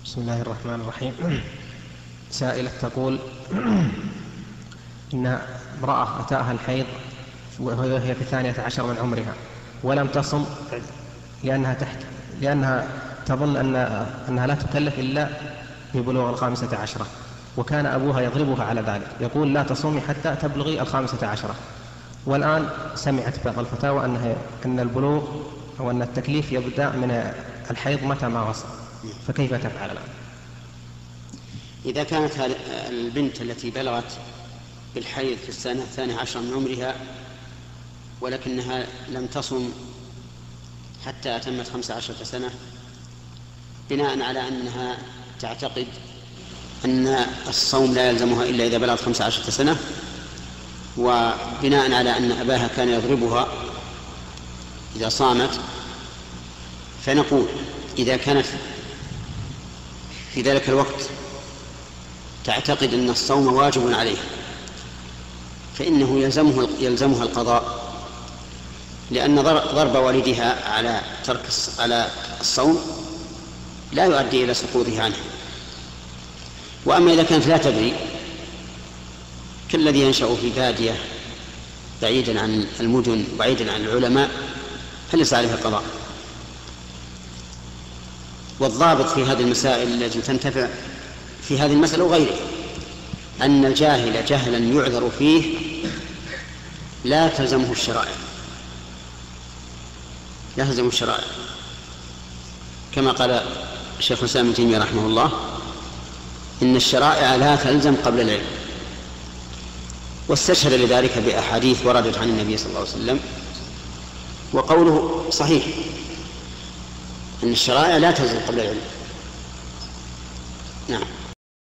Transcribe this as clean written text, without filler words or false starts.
بسم الله الرحمن الرحيم. سائلة تقول إن امرأة أتاها الحيض وهي في 12 من عمرها ولم تصم لأنها تظن أنها لا تكلف إلا ببلوغ 15، وكان أبوها يضربها على ذلك، يقول لا تصومي حتى تبلغي 15، والآن سمعت بعض الفتاوى أن البلوغ أو أن التكليف يبدأ من الحيض متى ما وصل، فكيف تفعل الآن؟ إذا كانت البنت التي بلغت بالحيض في السنة 12 من عمرها ولكنها لم تصم حتى أتمت 15 سنة، بناء على أنها تعتقد أن الصوم لا يلزمها إلا إذا بلغت 15 سنة، وبناء على أن أباها كان يضربها إذا صامت، فنقول إذا كانت في ذلك الوقت تعتقد أن الصوم واجب عليه فإنه يلزمها القضاء، لأن ضرب والدها على الصوم لا يؤدي إلى سقوطه عنه. وأما إذا كانت لا تدري كالذي ينشأ في بادية بعيدا عن المدن وبعيدا عن العلماء فليس عليه القضاء. والضابط في هذه المسائل التي تنتفع في هذه المسألة وغيرها أن الجاهل جهلا يعذر فيه لا تلزمه الشرائع، كما قال الشيخ الإسلام ابن تيمية رحمه الله إن الشرائع لا تلزم قبل العلم، واستشهد لذلك بأحاديث وردت عن النبي صلى الله عليه وسلم، وقوله صحيح أن الشرائع لا تلزم قبل العلم. نعم.